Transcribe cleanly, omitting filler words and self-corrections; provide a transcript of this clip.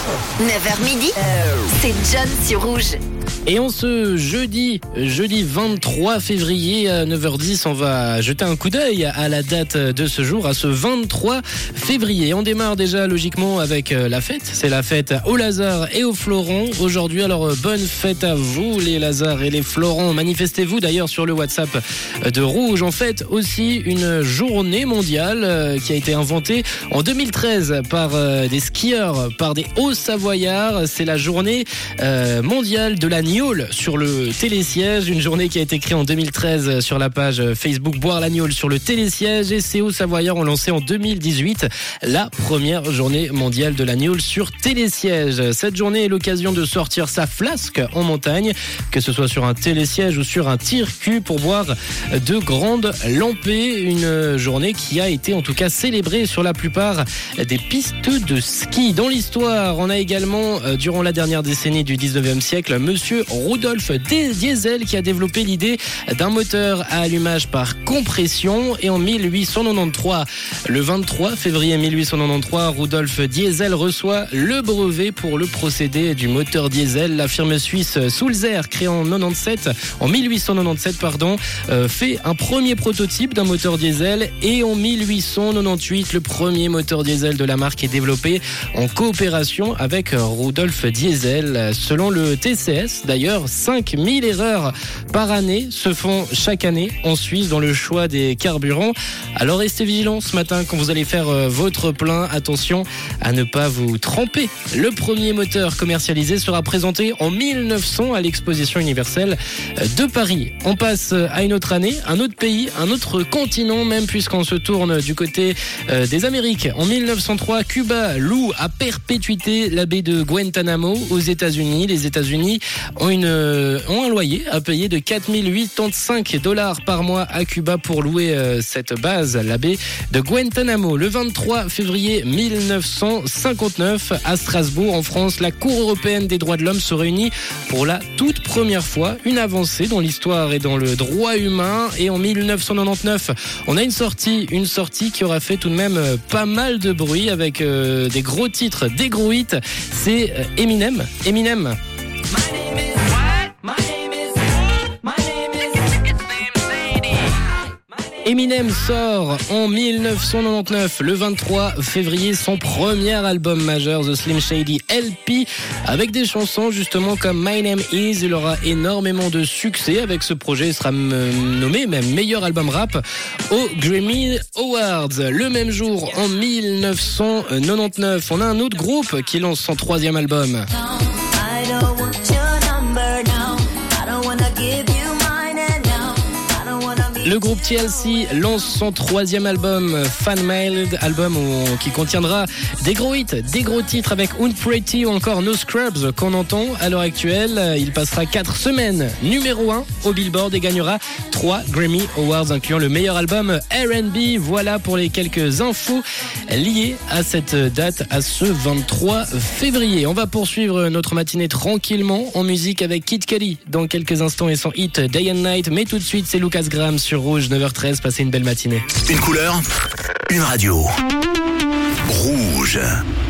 9h midi, c'est John sur Rouge. Et en ce jeudi 23 février à 9h10, on va jeter un coup d'œil à la date de ce jour, à ce 23 février. On démarre déjà logiquement avec la fête. C'est la fête au Lazare et au Florent aujourd'hui. Alors bonne fête à vous les Lazare et les Florent. Manifestez-vous d'ailleurs sur le WhatsApp de Rouge. En fait aussi une journée mondiale qui a été inventée en 2013 par des skieurs, par des Hauts-Savoyards. C'est la journée mondiale de la Niole sur le télésiège, une journée qui a été créée en 2013 sur la page Facebook Boire la Niole sur le télésiège, et ces Hauts-Savoyards ont lancé en 2018 la première journée mondiale de la Niole sur télésiège. Cette journée est l'occasion de sortir sa flasque en montagne, que ce soit sur un télésiège ou sur un tire-cul, pour boire de grandes lampées, une journée qui a été en tout cas célébrée sur la plupart des pistes de ski. Dans l'histoire, on a également, durant la dernière décennie du 19e siècle, Monsieur Rudolf Diesel qui a développé l'idée d'un moteur à allumage par compression, et en 1893, le 23 février 1893, Rudolf Diesel reçoit le brevet pour le procédé du moteur diesel. La firme suisse Sulzer, créée en 1897, fait un premier prototype d'un moteur diesel, et en 1898, le premier moteur diesel de la marque est développé en coopération avec Rudolf Diesel. Selon le TCS, d'ailleurs, 5000 erreurs par année se font chaque année en Suisse dans le choix des carburants. Alors restez vigilants ce matin quand vous allez faire votre plein. Attention à ne pas vous tromper. Le premier moteur commercialisé sera présenté en 1900 à l'exposition universelle de Paris. On passe à une autre année, un autre pays, un autre continent même, puisqu'on se tourne du côté des Amériques. En 1903, Cuba loue à perpétuité la baie de Guantanamo aux États-Unis. Les États-Unis ont un loyer à payer de $4085 par mois à Cuba pour louer cette base, la baie de Guantanamo. Le 23 février 1959, à Strasbourg, en France, la Cour européenne des droits de l'homme se réunit pour la toute première fois, une avancée dans l'histoire et dans le droit humain. Et en 1999, on a une sortie qui aura fait tout de même pas mal de bruit avec des gros titres, des gros hits. C'est Eminem. Eminem sort en 1999, le 23 février, son premier album majeur, The Slim Shady LP, avec des chansons justement comme My Name Is. Il aura énormément de succès avec ce projet. Il sera nommé même meilleur album rap aux Grammy Awards. Le même jour, en 1999, on a un autre groupe qui lance son troisième album. Le groupe TLC lance son troisième album, Fan Mail, album qui contiendra des gros hits, des gros titres avec Unpretty ou encore No Scrubs qu'on entend à l'heure actuelle. Il passera 4 semaines numéro 1 au Billboard et gagnera 3 Grammy Awards incluant le meilleur album R&B. Voilà pour les quelques infos liées à cette date, à ce 23 février. On va poursuivre notre matinée tranquillement en musique avec Kid Cudi dans quelques instants et son hit Day and Night. Mais tout de suite, c'est Lucas Graham sur Rouge, 9h13, passez une belle matinée. Une couleur, une radio. Rouge.